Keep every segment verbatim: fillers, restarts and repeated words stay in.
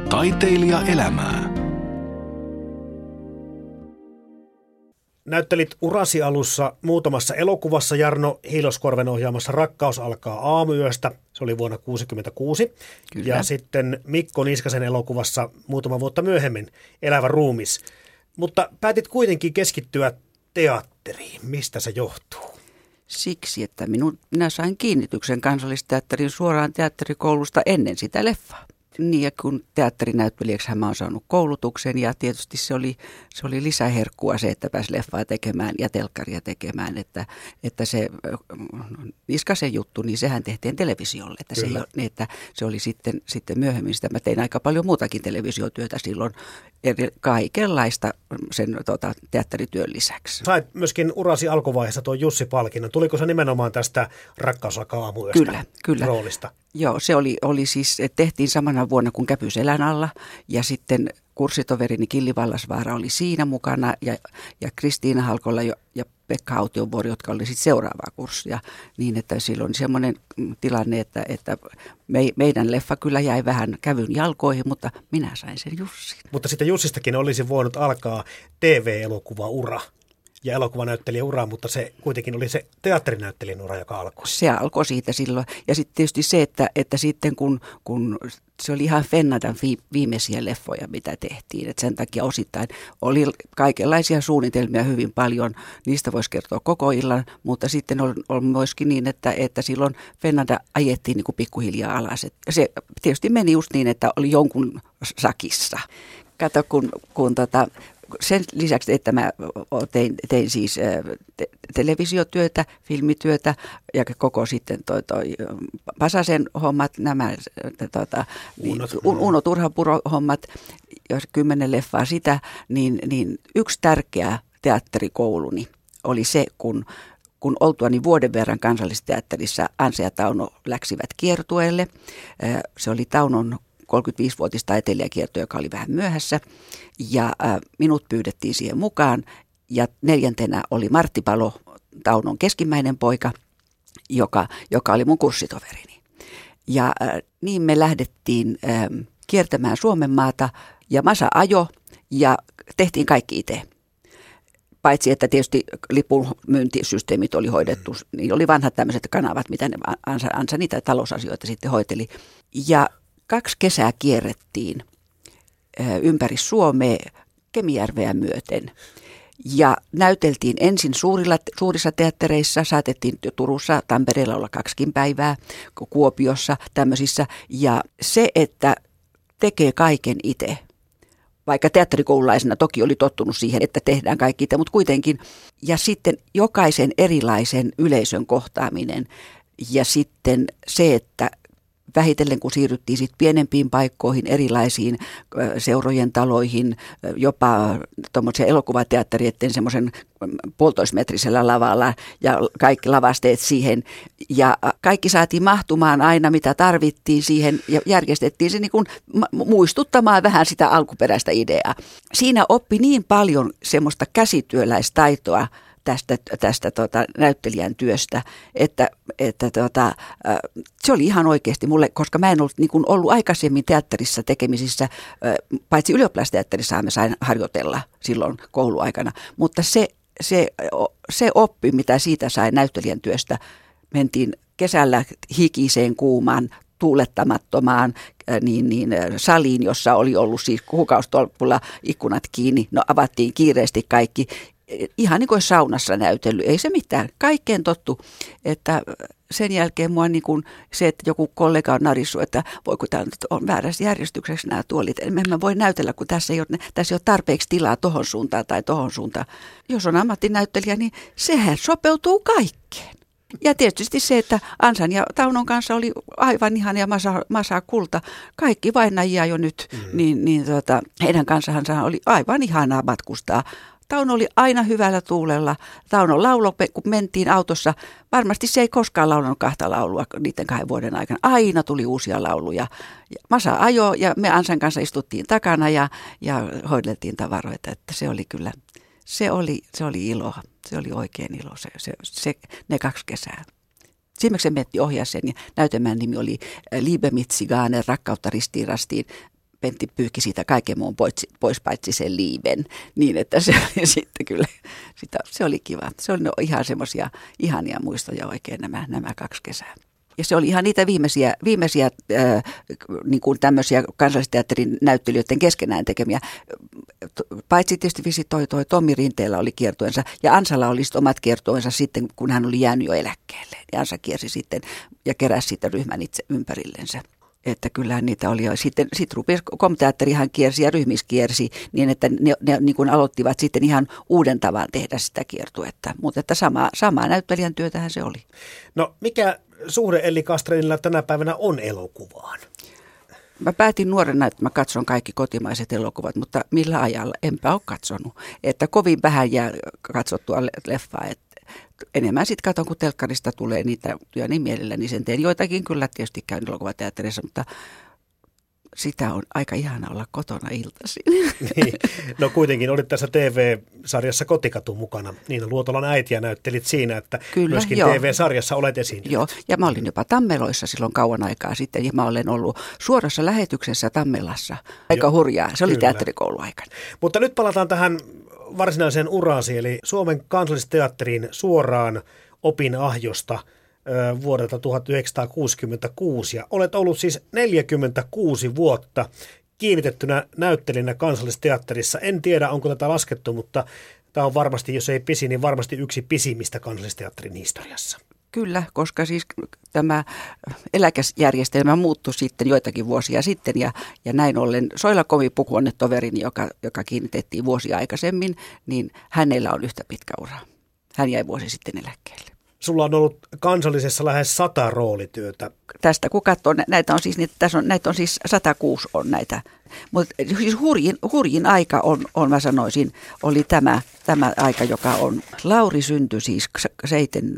Taiteilijaelämää. Näyttelit urasi alussa muutamassa elokuvassa Jarno Hiiloskorven ohjaamassa Rakkaus alkaa aamuyöstä. Se oli vuonna tuhatyhdeksänsataakuusikymmentäkuusi. Kyllä. Ja sitten Mikko Niskasen elokuvassa muutama vuotta myöhemmin Elävä ruumis. Mutta päätit kuitenkin keskittyä teatteriin. Mistä se johtuu? Siksi, että minun, minä sain kiinnityksen Kansallisteatterin suoraan teatterikoulusta ennen sitä leffaa. Niin, ja kun teatterinäyttelijäksi mä oon saanut koulutuksen ja tietysti se oli, se oli lisäherkkua se, että pääsi leffaa tekemään ja telkkaria tekemään, että, että se Niskasen juttu, niin sehän tehtiin televisiolle, että se, ei, että se oli sitten, sitten myöhemmin sitä. Mä tein aika paljon muutakin televisiotyötä silloin, eri, kaikenlaista sen tota, teatterityön lisäksi. Sait myöskin urasi alkuvaiheessa tuon Jussi-palkinnon. Tuliko se nimenomaan tästä Rakkaus alkaa aamuyöstä kyllä, kyllä. roolista? Joo, se oli, oli siis, tehtiin samana vuonna kuin Käpy selän alla ja sitten kurssitoverini Killi Vallasvaara oli siinä mukana ja, ja Kristiina Halkola ja, ja Pekka Autiovuori, jotka oli sitten seuraavaa kurssia, niin että silloin semmoinen tilanne, että, että me, meidän leffa kyllä jäi vähän Kävyn jalkoihin, mutta minä sain sen Jussin. Mutta sitten Jussistakin olisi voinut alkaa T V-elokuva-ura ja elokuvanäyttelijän ura, mutta se kuitenkin oli se teatterinäyttelijän ura, joka alkoi. Se alkoi siitä silloin. Ja sitten tietysti se, että, että sitten kun, kun se oli ihan Fennadan viimeisiä leffoja, mitä tehtiin. Et sen takia osittain oli kaikenlaisia suunnitelmia hyvin paljon. Niistä voisi kertoa koko illan, mutta sitten on, on myöskin niin, että, että silloin Fennada ajettiin niin kuin pikkuhiljaa alas. Et se tietysti meni just niin, että oli jonkun sakissa. Kato, kun, kun tota... Sen lisäksi, että mä tein, tein siis te- televisiotyötä, filmityötä ja koko sitten toi, toi Pasasen hommat, nämä tota, niin, Uno Turhapuro hommat, jos kymmenen leffaa sitä, niin, niin yksi tärkeä teatterikouluni oli se, kun kun oltuani vuoden verran Kansallisteatterissa Anse ja Tauno läksivät kiertueelle. Se oli Taunon kolmekymmentäviisivuotis taiteilijakierto, joka oli vähän myöhässä, ja äh, minut pyydettiin siihen mukaan, ja neljäntenä oli Martti Palo, Taunon keskimmäinen poika, joka, joka oli mun kurssitoverini. Ja äh, niin me lähdettiin äh, kiertämään Suomen maata, ja Masa ajo, ja tehtiin kaikki itse. Paitsi, että tietysti lipun myyntisysteemit oli hoidettu, niin oli vanhat tämmöiset kanavat, mitä ne Ansa, Ansa niitä talousasioita sitten hoiteli. Ja kaksi kesää kierrettiin ympäri Suomea Kemijärveä myöten ja näyteltiin ensin suurilla, suurissa teattereissa, saatettiin Turussa, Tampereella olla kaksikin päivää, Kuopiossa tämmöisissä. Ja se, että tekee kaiken itse, vaikka teatterikoululaisena toki oli tottunut siihen, että tehdään kaikki itse, mutta kuitenkin. Ja sitten jokaisen erilaisen yleisön kohtaaminen ja sitten se, että vähitellen, kun siirryttiin sit pienempiin paikkoihin, erilaisiin seurojen taloihin, jopa tuommoisen elokuvateatterien semmoisen puolitoismetrisellä lavalla ja kaikki lavasteet siihen. Ja kaikki saatiin mahtumaan aina, mitä tarvittiin siihen ja järjestettiin se niin kuin muistuttamaan vähän sitä alkuperäistä ideaa. Siinä oppi niin paljon semmoista käsityöläistaitoa tästä, tästä tota, näyttelijän työstä, että, että tota, se oli ihan oikeasti mulle, koska mä en ollut, niin kuin ollut aikaisemmin teatterissa tekemisissä, paitsi ylioppilasteatterissa me sain harjoitella silloin kouluaikana, mutta se, se, se oppi, mitä siitä sai näyttelijän työstä, mentiin kesällä hikiseen kuumaan, tuulettamattomaan niin, niin, saliin, jossa oli ollut siis kuukausitolpulla ikkunat kiinni, no avattiin kiireesti kaikki, ihan niin kuin saunassa näytellyt, ei se mitään, kaikkeen tottu, että sen jälkeen mua niin kuin se, että joku kollega on narissut, että voiko tämä nyt on väärässä järjestyksessä nämä tuolit, en mä voi näytellä, kun tässä ei ole, tässä ei ole tarpeeksi tilaa tohon suuntaan tai tohon suuntaan. Jos on ammattinäyttelijä, niin sehän sopeutuu kaikkeen. Ja tietysti se, että Ansan ja Taunon kanssa oli aivan ihan ja masa, masa kulta, kaikki vainajia jo nyt, mm. niin, niin tota, heidän kanssahan oli aivan ihanaa matkustaa. Tauno oli aina hyvällä tuulella. Tauno lauloi, kun mentiin autossa. Varmasti se ei koskaan laulanut kahta laulua niiden kahden vuoden aikana. Aina tuli uusia lauluja. Masa ajoi ja me Ansan kanssa istuttiin takana ja, ja hoideltiin tavaroita. Että se oli kyllä, se oli, se oli ilo. Se oli oikein ilo, se, se, se, ne kaksi kesää. Siimeksen Metti ohjasi sen ja näytelmän nimi oli Liebe mit Zigarre, rakkautta ristiin rastiin. Pentti pyyhki siitä kaiken muun pois, pois paitsi sen liiven, niin että se oli sitten kyllä, sitä, se oli kiva. Se oli no, ihan semmoisia ihania muistoja oikein nämä, nämä kaksi kesää. Ja se oli ihan niitä viimeisiä, viimeisiä äh, niin kuin tämmöisiä Kansallisteatterin näyttelijöiden keskenään tekemiä. Paitsi tietysti visi toi, toi Tommi Rinteellä oli kiertueensa ja Ansalla oli omat kiertueensa sitten, kun hän oli jäänyt jo eläkkeelle. Ja Ansa kiersi sitten ja keräsi sitten ryhmän itse ympärillensä. Että kyllähän niitä oli jo. Sitten sit rupesi Komteatterihan kiersi ja ryhmis kiersi niin, että ne, ne niin kuin aloittivat sitten ihan uuden tavan tehdä sitä kiertuetta. Mutta että sama, samaa näyttelijän työtähän se oli. No mikä suhde Elli Castrenilla tänä päivänä on elokuvaan? Mä päätin nuorena, että mä katson kaikki kotimaiset elokuvat, mutta millä ajalla enpä ole katsonut. Että kovin vähän jää katsottua leffaa, että enemmän sitten katson, kun telkkarista tulee niitä työ niin mielelläni sen teen. Joitakin kyllä tietysti käyn elokuvateatterissa, mutta sitä on aika ihana olla kotona iltaisin. Niin. No kuitenkin olit tässä T V-sarjassa Kotikatu mukana. Niina Luotolan äitiä näyttelit siinä, että kyllä, myöskin joo. T V-sarjassa olet esiintynyt. Joo, ja mä olin jopa Tammeloissa silloin kauan aikaa sitten, ja mä olen ollut suorassa lähetyksessä Tammelassa. Aika joo, hurjaa, se oli kyllä. Teatterikouluaikana. Mutta nyt palataan tähän varsinaiseen uraasi, eli Suomen Kansallisteatteriin suoraan opinahjosta vuodelta tuhatyhdeksänsataakuusikymmentäkuusi ja olet ollut siis neljäkymmentäkuusi vuotta kiinnitettynä näyttelijänä Kansallisteatterissa. En tiedä, onko tätä laskettu, mutta tämä on varmasti, jos ei pisi, niin varmasti yksi pisimmistä Kansallisteatterin historiassa. Kyllä, koska siis tämä eläkejärjestelmä muuttui sitten joitakin vuosia sitten ja, ja näin ollen Soila Komi-pukuonnetoverini, joka, joka kiinnitettiin vuosia aikaisemmin, niin hänellä on yhtä pitkä ura. Hän jäi vuosi sitten eläkkeelle. Sulla on ollut Kansallisessa lähes sata roolityötä. Tästä kun katsoo, näitä on siis, tässä on, näitä on siis sata kuusi on näitä. Mutta siis hurjin, hurjin aika on, on, mä sanoisin, oli tämä, tämä aika, joka on. Lauri syntyi siis seiten,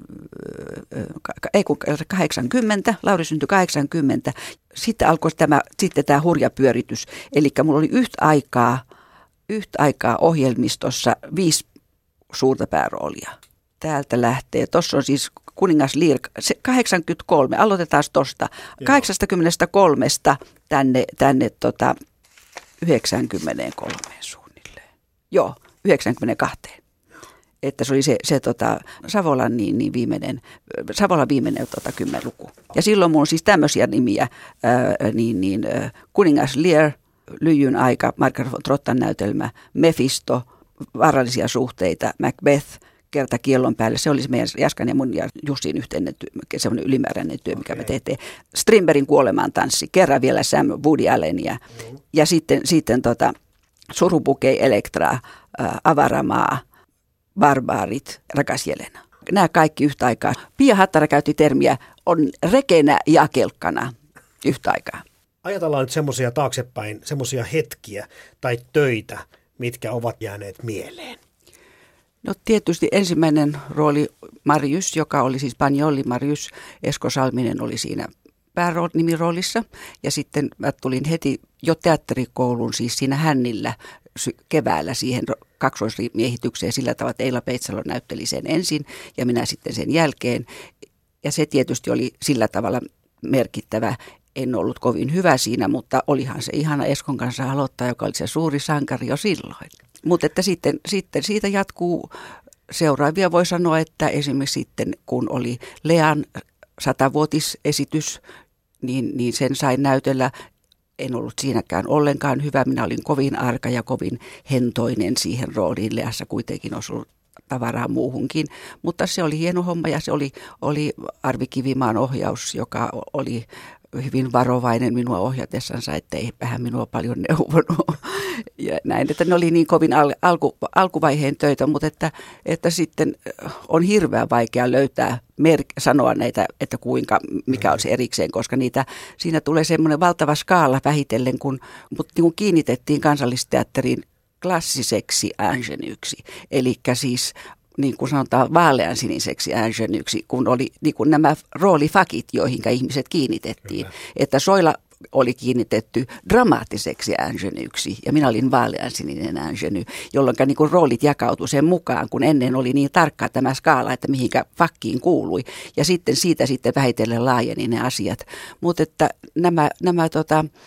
ei kun kahdeksankymmentä, Lauri syntyi kahdeksankymmentä. Sitten alkoi tämä, sitten tämä hurja pyöritys. Eli mulla oli yhtä aikaa, yhtä aikaa ohjelmistossa viisi suurta pääroolia. Täältä lähtee. Tuossa on siis Kuningas Lear, kahdeksankymmentäkolme, aloitetaan tuosta. kahdeksankymmentäkolme tänne, tänne tota, yhdeksänkymmentäkolme suunnilleen. Joo, yhdeksänkymmentäkaksi. Että se oli se, se tota, Savolan niin, niin viimeinen, Savolan viimeinen tota, kymmenluku. Ja silloin mun on siis tämmöisiä nimiä, ää, niin, niin, ää, Kuningas Lear, Lyijyn aika, Margaret von Trottan näytelmä, Mephisto, Vaarallisia suhteita, Macbeth, Kerta kiellon päälle. Se oli meidän Jaskan ja mun ja Jussin yhteinen työ, semmoinen ylimääräinen työ, mikä okay. me tehtiin. Strindbergin Kuolemaan tanssi, kerran vielä Sam, Woody Allen ja, mm. ja sitten, sitten tota, Surupukei, Elektra, äh, Avaramaa, Barbaarit, Rakas Jelena. Nämä kaikki yhtä aikaa. Pia Hattara käytti termiä, on rekenä ja kelkkana yhtä aikaa. Ajatellaan nyt semmoisia taaksepäin, semmoisia hetkiä tai töitä, mitkä ovat jääneet mieleen. No tietysti ensimmäinen rooli Marius, joka oli siis Pagnoli Marius, Esko Salminen oli siinä päänimiroolissa. Ja sitten mä tulin heti jo teatterikouluun siis siinä Hännillä keväällä siihen kaksoismiehitykseen sillä tavalla, että Eila Peitsalo näytteli sen ensin ja minä sitten sen jälkeen. Ja se tietysti oli sillä tavalla merkittävä. En ollut kovin hyvä siinä, mutta olihan se ihana Eskon kanssa aloittaa, joka oli se suuri sankari jo silloin. Mutta että sitten, sitten siitä jatkuu seuraavia, voi sanoa, että esimerkiksi sitten kun oli Lean satavuotisesitys, niin, niin sen sain näytellä. En ollut siinäkään ollenkaan hyvä. Minä olin kovin arka ja kovin hentoinen siihen rooliin. Leassa kuitenkin osui tavaraa muuhunkin, mutta se oli hieno homma ja se oli, oli Arvi Kivimaan ohjaus, joka oli hyvin varovainen minua ohjatessansa, ettei vähän minua paljon neuvonut. Ja näin, että ne oli niin kovin al, alku, alkuvaiheen töitä, mutta että, että sitten on hirveän vaikea löytää, merk, sanoa näitä, että kuinka, mikä on se erikseen, koska niitä, siinä tulee semmoinen valtava skaala vähitellen, kun, mutta niin kun kiinnitettiin Kansallisteatteriin klassiseksi ingenyyksi, eli siis niin kuin sanotaan vaaleansiniseksi ingenyyksi, kun oli niin kuin nämä roolifakit, joihin ihmiset kiinnitettiin. Kyllä. Että Soila oli kiinnitetty dramaattiseksi ingenyyksi ja minä olin vaaleansininen ingeny, jolloin niin kuin roolit jakautui sen mukaan, kun ennen oli niin tarkka tämä skaala, että mihinkä fakkiin kuului. Ja sitten siitä sitten vähitellen laajeni ne asiat. Mutta että nämä, nämä tota,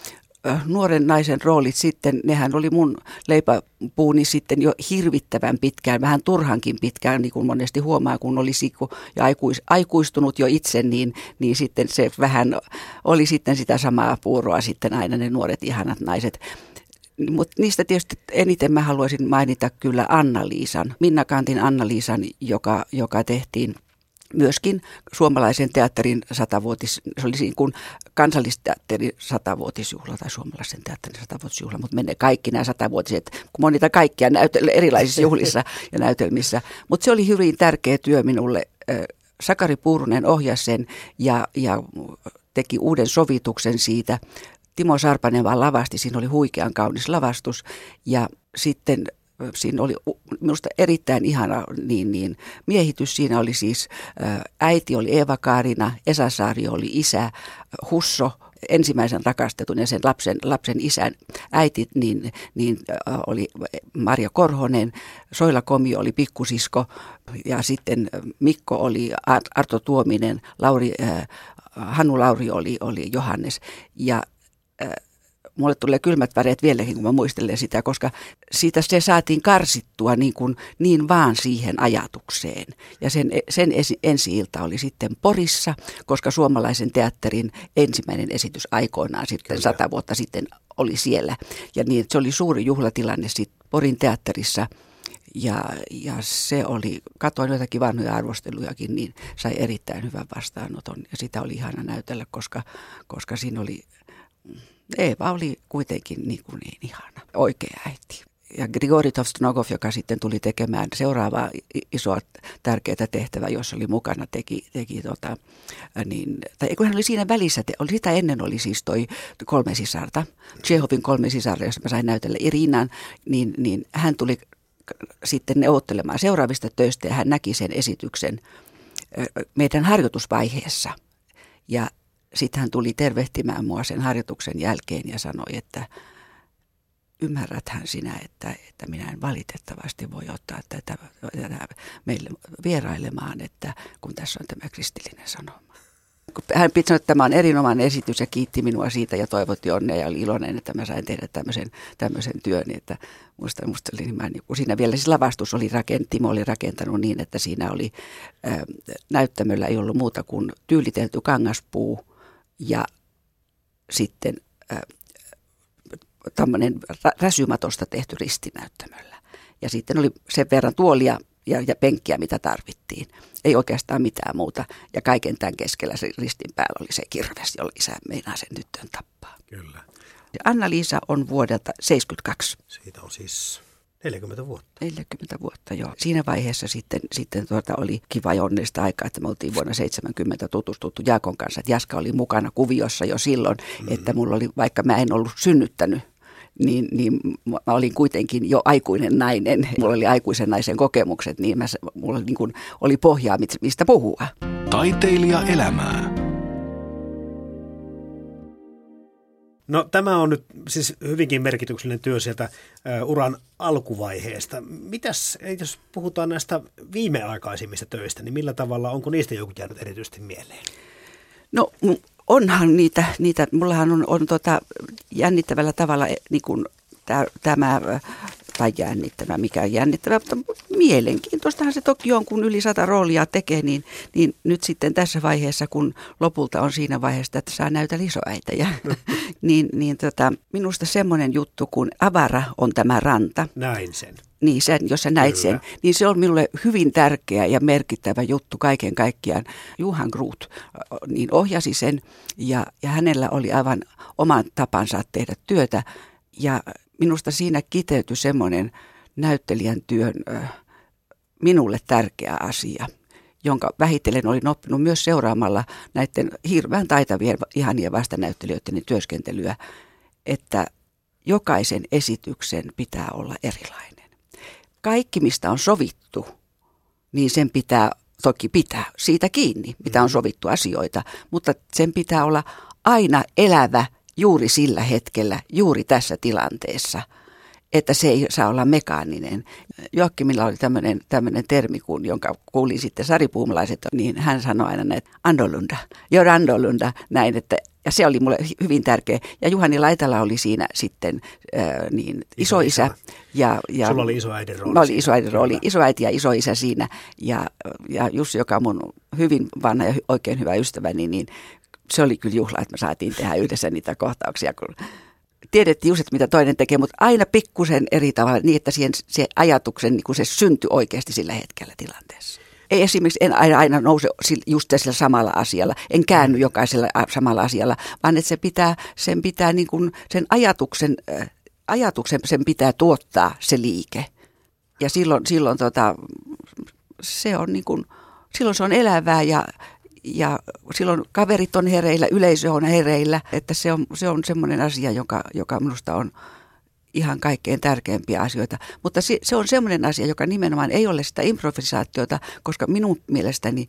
nuoren naisen roolit sitten, nehän oli mun leipäpuuni sitten jo hirvittävän pitkään, vähän turhankin pitkään, niin kuin monesti huomaa, kun olisi jo aikuis, aikuistunut jo itse, niin, niin sitten se vähän oli sitten sitä samaa puuroa sitten aina ne nuoret ihanat naiset. Mutta niistä tietysti eniten mä haluaisin mainita kyllä Anna-Liisan, Minna Canthin Anna-Liisan, joka, joka tehtiin myöskin suomalaisen teatterin satavuotis, se oli siinä kuin kansallisteatterin satavuotisjuhla tai suomalaisen teatterin satavuotisjuhla, mutta menee kaikki nämä satavuotiset, kun mä oon niitä kaikkia näytel- erilaisissa juhlissa ja näytelmissä. Mutta se oli hyvin tärkeä työ minulle. Sakari Puurunen ohjasi sen ja, ja teki uuden sovituksen siitä. Timo Sarpanen vaan lavasti, siinä oli huikean kaunis lavastus ja sitten siinä oli minusta erittäin ihana niin, niin, miehitys. Siinä oli siis äiti oli Eeva-Kaarina, Esa Saari oli isä, Husso ensimmäisen rakastetun ja sen lapsen, lapsen isän äiti niin, niin, oli Marja Korhonen, Soila Komi oli pikkusisko ja sitten Mikko oli Arto Tuominen, Lauri, äh, Hannu Lauri oli, oli Johannes ja äh, mulle tulee kylmät väreet vieläkin, kun mä muistelen sitä, koska siitä se saatiin karsittua niin, kuin, niin vaan siihen ajatukseen. Ja sen, sen ensi-ilta oli sitten Porissa, koska suomalaisen teatterin ensimmäinen esitys aikoinaan sitten sata vuotta sitten oli siellä. Ja niin, se oli suuri juhlatilanne sitten Porin teatterissa. Ja, ja se oli, katoin joitakin vanhoja arvostelujakin, niin sai erittäin hyvän vastaanoton. Ja sitä oli ihana näytellä, koska, koska siinä oli... Eeva oli kuitenkin niin, kuin niin ihana, oikea äiti. Ja Grigori Tovstonogov, joka sitten tuli tekemään seuraavaa isoa tärkeää tehtävää, jossa oli mukana, teki, teki tota, niin, tai kun hän oli siinä välissä, te, oli, sitä ennen oli siis toi kolme sisarta, Tšehovin kolme sisarta, josta mä sain näytellä Irinan, niin, niin hän tuli sitten neuvottelemaan seuraavista töistä ja hän näki sen esityksen meidän harjoitusvaiheessa. Ja sitten hän tuli tervehtimään mua sen harjoituksen jälkeen ja sanoi, että ymmärräthän sinä, että, että minä en valitettavasti voi ottaa tätä, tätä meille vierailemaan, että kun tässä on tämä kristillinen sanoma. Hän piti sanoa, että tämä on erinomainen esitys ja kiitti minua siitä ja toivotti onnea ja oli iloinen, että mä sain tehdä tämmöisen, tämmöisen työn. Että musta, musta oli, mä, kun siinä vielä siis lavastus oli rakent, Timo oli rakentanut niin, että siinä oli ä, näyttämöllä ei ollut muuta kuin tyylitelty kangaspuu ja sitten ä, tämmöinen räsymatosta tehty ristinäyttämöllä. Ja sitten oli sen verran tuolia ja, ja penkkiä, mitä tarvittiin. Ei oikeastaan mitään muuta. Ja kaiken tämän keskellä se ristin päällä oli se kirves, jolla isä meinaa sen tyttöön tappaa. Kyllä. Ja Anna-Liisa on vuodelta seitsemänkymmentäkaksi. Siitä on siis neljäkymmentä vuotta. neljäkymmentä vuotta, joo. Siinä vaiheessa sitten, sitten tuota oli kiva ja onnellista aikaa, että me oltiin vuonna seitsemänkymmentä tutustuttu Jaakon kanssa. Että Jaska oli mukana kuviossa jo silloin, mm. että mulla oli, vaikka mä en ollut synnyttänyt, Niin, niin mä olin kuitenkin jo aikuinen nainen. Mulla oli aikuisen naisen kokemukset, niin mä, mulla niin kuin oli pohjaa, mistä puhua. Taiteilija elämää. No tämä on nyt siis hyvinkin merkityksellinen työ sieltä uh, uran alkuvaiheesta. Mitäs, jos puhutaan näistä viimeaikaisimmista töistä, niin millä tavalla, onko niistä joku jäänyt erityisesti mieleen? No onhan niitä, niitä mullahan on, on tota jännittävällä tavalla niin kuin tämä, tai jännittävä, mikä jännittävä, mutta mielenkiintoistahan se toki on, kun yli sata roolia tekee, niin, niin nyt sitten tässä vaiheessa, kun lopulta on siinä vaiheessa, että saa näytellä isoäitejä, niin, niin tota, minusta semmoinen juttu, kun Avara on tämä ranta. Näin sen. Niin, sen, jos sä näit sen, niin se on minulle hyvin tärkeä ja merkittävä juttu kaiken kaikkiaan. Johan Groth niin ohjasi sen ja, ja hänellä oli aivan oman tapansa tehdä työtä. Ja minusta siinä kiteytyi semmoinen näyttelijän työn äh, minulle tärkeä asia, jonka vähitellen olin oppinut myös seuraamalla näiden hirveän taitavien ihanien vastanäyttelijöiden työskentelyä, että jokaisen esityksen pitää olla erilainen. Kaikki, mistä on sovittu, niin sen pitää toki pitää siitä kiinni, mitä on sovittu asioita, mutta sen pitää olla aina elävä juuri sillä hetkellä, juuri tässä tilanteessa, että se ei saa olla mekaaninen. Joakkimilla oli tämmöinen, tämmöinen termi, kun, jonka kuulin sitten saripuumalaiset, niin hän sanoi aina näin, andolunda, jor andolunda, näin, että Ja se oli mulle hyvin tärkeä. Ja Juhani Laitala oli siinä sitten äh, niin isoisä. Ja, ja sulla oli isoäidin rooli. Mä olin isoäidin rooli, isoäiti ja isoisä siinä. Ja, ja Jussi, joka on mun hyvin vanha ja oikein hyvä ystäväni, niin se oli kyllä juhla, että me saatiin tehdä yhdessä niitä kohtauksia, kun tiedettiin just, mitä toinen tekee, mutta aina pikkusen eri tavalla, niin että siihen, se ajatuksen niin kuin se syntyi oikeasti sillä hetkellä tilanteessa. Ei esimerkiksi en aina, aina nouse just sillä samalla asialla, en käänny jokaisella samalla asialla, vaan että se pitää, sen pitää niin kuin sen ajatuksen, ajatuksen sen pitää tuottaa se liike. Ja silloin, silloin tota, se on niin kuin, silloin se on elävää ja Ja silloin kaverit on hereillä, yleisö on hereillä, että se on, se on semmoinen asia, joka, joka minusta on ihan kaikkein tärkeimpiä asioita. Mutta se, se on semmoinen asia, joka nimenomaan ei ole sitä improvisaatiota, koska minun mielestäni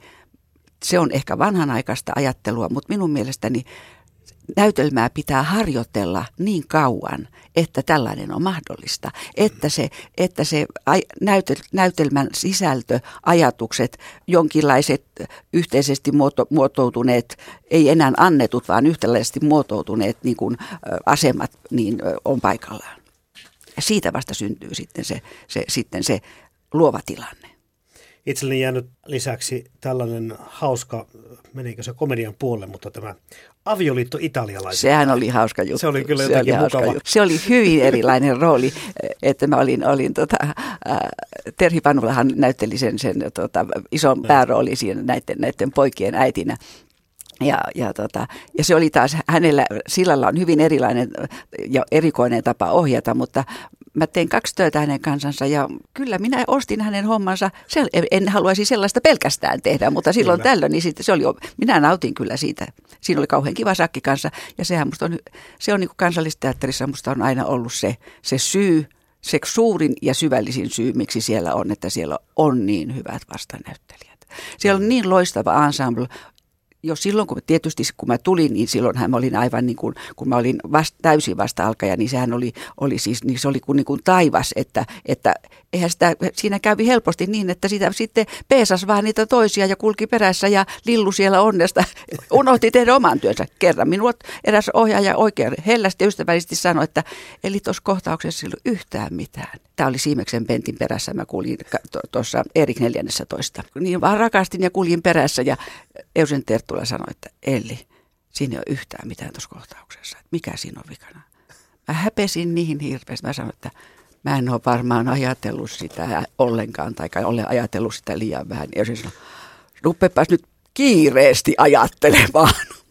se on ehkä vanhanaikaista ajattelua, mutta minun mielestäni näytelmää pitää harjoitella niin kauan, että tällainen on mahdollista, että se, että se näytel, näytelmän sisältö, ajatukset, jonkinlaiset yhteisesti muoto, muotoutuneet, ei enää annetut, vaan yhtäläisesti muotoutuneet niin kuin asemat niin on paikallaan. Ja siitä vasta syntyy sitten se, se, sitten se luova tilanne. Itselleni jäänyt lisäksi tällainen hauska, menikö se komedian puolelle, mutta tämä avioliitto italialaisille. Sehän oli hauska juttu. Se oli kyllä jotenkin se mukava. Se oli hyvin erilainen rooli, että mä olin, olin tota, äh, Terhi Panulahan näytteli sen, sen tota, ison päärooli siinä näiden, näiden poikien äitinä. Ja, ja, tota, ja se oli taas hänellä, Sillalla on hyvin erilainen ja erikoinen tapa ohjata, mutta mä tein kaksi töitä hänen kansansa ja kyllä minä ostin hänen hommansa. Se, en haluaisi sellaista pelkästään tehdä, mutta silloin kyllä. tällöin, niin sit, se oli, minä nautin kyllä siitä. Siinä oli kauhean kiva sakki kanssa ja sehän musta on, se on niin kuin Kansallisteatterissa musta on aina ollut se, se syy, se suurin ja syvällisin syy, miksi siellä on, että siellä on niin hyvät vastanäyttelijät. Siellä on niin loistava ensemble. Jo silloin, kun tietysti kun mä tulin, niin silloinhan mä olin aivan niin kuin, kun mä olin vasta, täysin vasta-alkaja, niin sehän oli, oli siis, niin se oli kuin, niin kuin taivas, että, että eihän sitä, siinä kävi helposti niin, että sitä sitten peesas vaan niitä toisia ja kulki perässä ja lillu siellä onnesta, unohti tehdä oman työnsä. Kerran minut eräs ohjaaja oikein hellästi ja ystävällisesti sanoi, että eli tuossa kohtauksessa ei ollut yhtään mitään. Tämä oli Siimeksen Pentin perässä, mä kuljin tuossa Erik neljännentoista. Niin vaan rakastin ja kuljin perässä ja Eusen Terttula sanoi, että Elli, siinä ei ole yhtään mitään tuossa kohtauksessa. Mikä siinä on vikana? Mä häpesin niin hirveästi. Mä sanoin, että mä en ole varmaan ajatellut sitä ollenkaan, tai olen ajatellut sitä liian vähän. Ja Eusen sanoi, rupeapas nyt kiireesti ajattelemaan.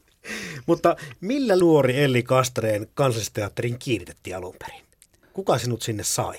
Mutta millä nuori Elli Castrén Kansallisteatterin kiinnitettiin alun perin? Kuka sinut sinne sai?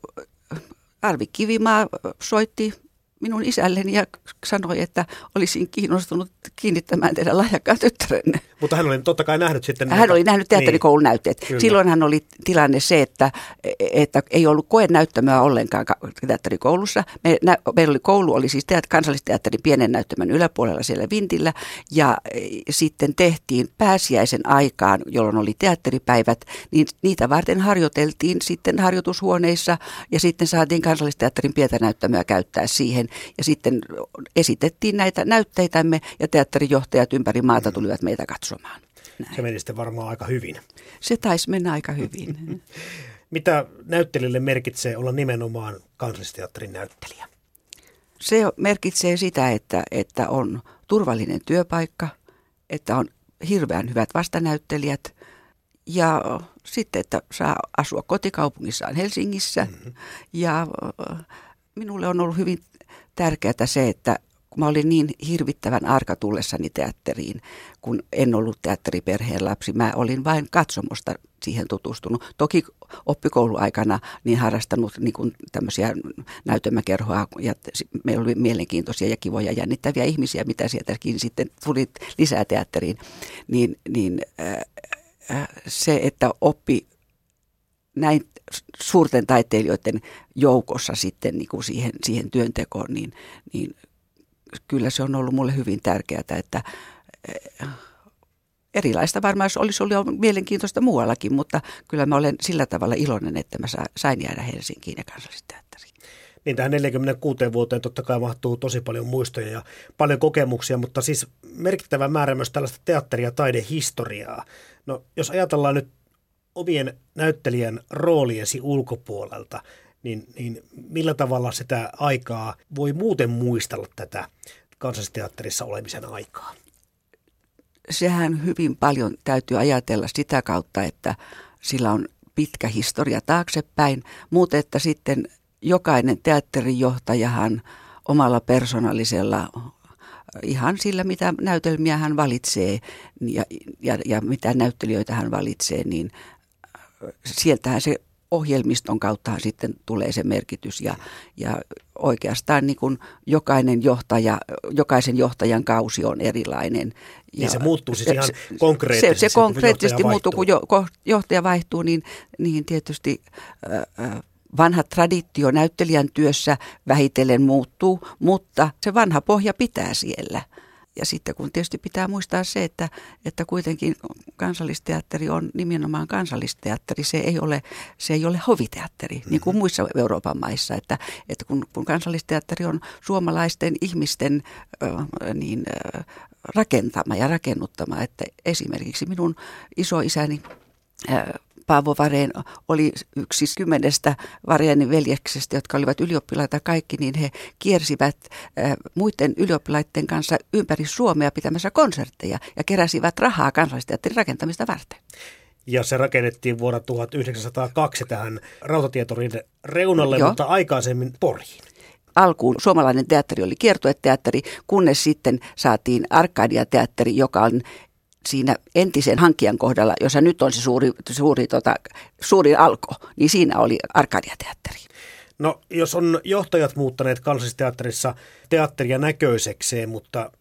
Arvi Kivimaa soitti minun isälleni ja sanoi, että olisin kiinnostunut kiinnittämään teidän lahjakkaan tyttärenne. Mutta hän oli totta kai nähnyt sitten... Hän näitä... oli nähnyt teatterikoulun niin. näytteet. Kyllä. Silloinhan oli tilanne se, että, että ei ollut koenäyttämöä ollenkaan teatterikoulussa. Me, nä, meillä oli koulu, oli siis teat, Kansallisteatterin pienen näyttämön yläpuolella siellä Vintillä. Ja sitten tehtiin pääsiäisen aikaan, jolloin oli teatteripäivät, niin niitä varten harjoiteltiin sitten harjoitushuoneissa ja sitten saatiin Kansallisteatterin pientä näyttämöä käyttää siihen. Ja sitten esitettiin näitä näytteitämme ja teatterijohtajat ympäri maata tulivat meitä katsomaan. Näin. Se meni sitten varmaan aika hyvin. Se taisi mennä aika hyvin. Mitä näyttelijälle merkitsee olla nimenomaan Kansallisteatterin näyttelijä? Se merkitsee sitä, että, että on turvallinen työpaikka, että on hirveän hyvät vastanäyttelijät ja sitten, että saa asua kotikaupungissaan Helsingissä. Mm-hmm. Ja minulle on ollut hyvin tärkeää se, että kun mä olin niin hirvittävän arka tullessani teatteriin, kun en ollut teatteriperheen lapsi, mä olin vain katsomosta siihen tutustunut. Toki oppikouluaikana niin harrastanut niin kuin tämmöisiä näytelmäkerhoa ja meillä oli mielenkiintoisia ja kivoja jännittäviä ihmisiä, mitä sieltäkin sitten tuli lisää teatteriin, niin, niin äh, se, että oppi näin suurten taiteilijoiden joukossa sitten niin kuin siihen, siihen työntekoon, niin, niin kyllä se on ollut mulle hyvin tärkeää, että erilaista varmaan olisi ollut mielenkiintoista muuallakin, mutta kyllä mä olen sillä tavalla iloinen, että mä sain jäädä Helsinkiin ja Kansallisteatteriin. Niin tähän neljäkymmentäkuusi vuoteen totta kai mahtuu tosi paljon muistoja ja paljon kokemuksia, mutta siis merkittävä määrä myös tällaista teatteri- ja taidehistoriaa. No jos ajatellaan nyt omien näyttelijän rooliesi ulkopuolelta, niin, niin millä tavalla sitä aikaa voi muuten muistella tätä Kansallisteatterissa olemisen aikaa? Sehän hyvin paljon täytyy ajatella sitä kautta, että sillä on pitkä historia taaksepäin, mutta että sitten jokainen teatterijohtajahan omalla persoonallisella, ihan sillä mitä näytelmiä hän valitsee ja, ja, ja mitä näyttelijöitä hän valitsee, niin sieltähän se ohjelmiston kautta sitten tulee se merkitys ja, ja oikeastaan niin kuin jokainen johtaja, jokaisen johtajan kausi on erilainen. Niin ja se muuttuu siis ihan konkreettisesti. Se, se konkreettisesti muuttuu, kun johtaja vaihtuu, niin, niin tietysti äh, vanha traditio näyttelijän työssä vähitellen muuttuu, mutta se vanha pohja pitää siellä. Ja sitten kun tietysti pitää muistaa se, että, että kuitenkin Kansallisteatteri on nimenomaan kansallisteatteri, se ei ole, se ei ole hoviteatteri, mm-hmm. niin kuin muissa Euroopan maissa, että, että kun, kun Kansallisteatteri on suomalaisten ihmisten äh, niin, äh, rakentama ja rakennuttama, että esimerkiksi minun isoisäni äh, Paavo Vareen oli yksi kymmenestä Vareenin veljeksestä, jotka olivat ylioppilaita kaikki, niin he kiersivät äh, muiden ylioppilaiden kanssa ympäri Suomea pitämässä konsertteja ja keräsivät rahaa Kansallisteatterin rakentamista varten. Ja se rakennettiin vuonna tuhatyhdeksänsataakaksi tähän Rautatietorin reunalle, Joo. mutta aikaisemmin Poriin. Alkuun suomalainen teatteri oli kiertueteatteri, kunnes sitten saatiin Arkadia-teatteri, joka on siinä entisen hankkijan kohdalla, jossa nyt on se suuri, suuri, tota, suuri alko, niin siinä oli Arkadia-teatteri. No jos on johtajat muuttaneet Kansallisteatterissa teatteria näköisekseen, mutta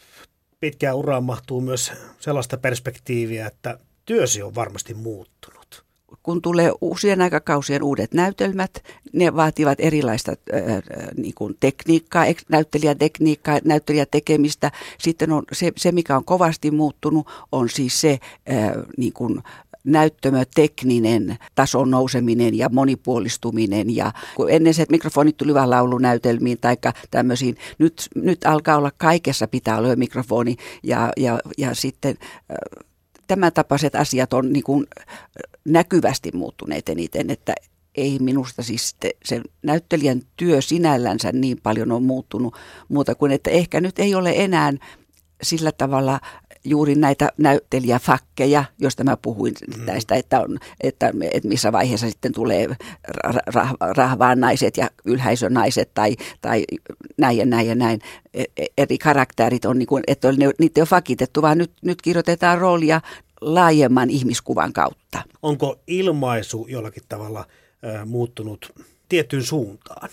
pitkään uraan mahtuu myös sellaista perspektiiviä, että työsi on varmasti muuttunut. Kun tulee uusien aikakausien uudet näytelmät, ne vaativat erilaista äh, niin kuin tekniikkaa, näyttelijätekniikkaa, näyttelijätekemistä. Sitten on se, se, mikä on kovasti muuttunut, on siis se äh, niin kuin näyttömötekninen tason nouseminen ja monipuolistuminen. Ja kun ennen se, että mikrofonit tulivat laulunäytelmiin tai tämmöisiin, nyt, nyt alkaa olla kaikessa pitää olla mikrofoni ja, ja, ja sitten Äh, Tämän tapaiset asiat on niin kuin näkyvästi muuttuneet eniten, että ei minusta siis se näyttelijän työ sinällänsä niin paljon on muuttunut muuta kuin, että ehkä nyt ei ole enää sillä tavalla juuri näitä näyttelijäfakkeja, josta mä puhuin mm. näistä, että, on, että, että missä vaiheessa sitten tulee rah, rahvaan naiset ja ylhäisönaiset tai, tai näin ja näin ja näin. Eri karakterit on, niin kuin, että niitä ei ole fakitettu, vaan nyt, nyt kirjoitetaan roolia laajemman ihmiskuvan kautta. Onko ilmaisu jollakin tavalla äh, muuttunut tiettyyn suuntaan?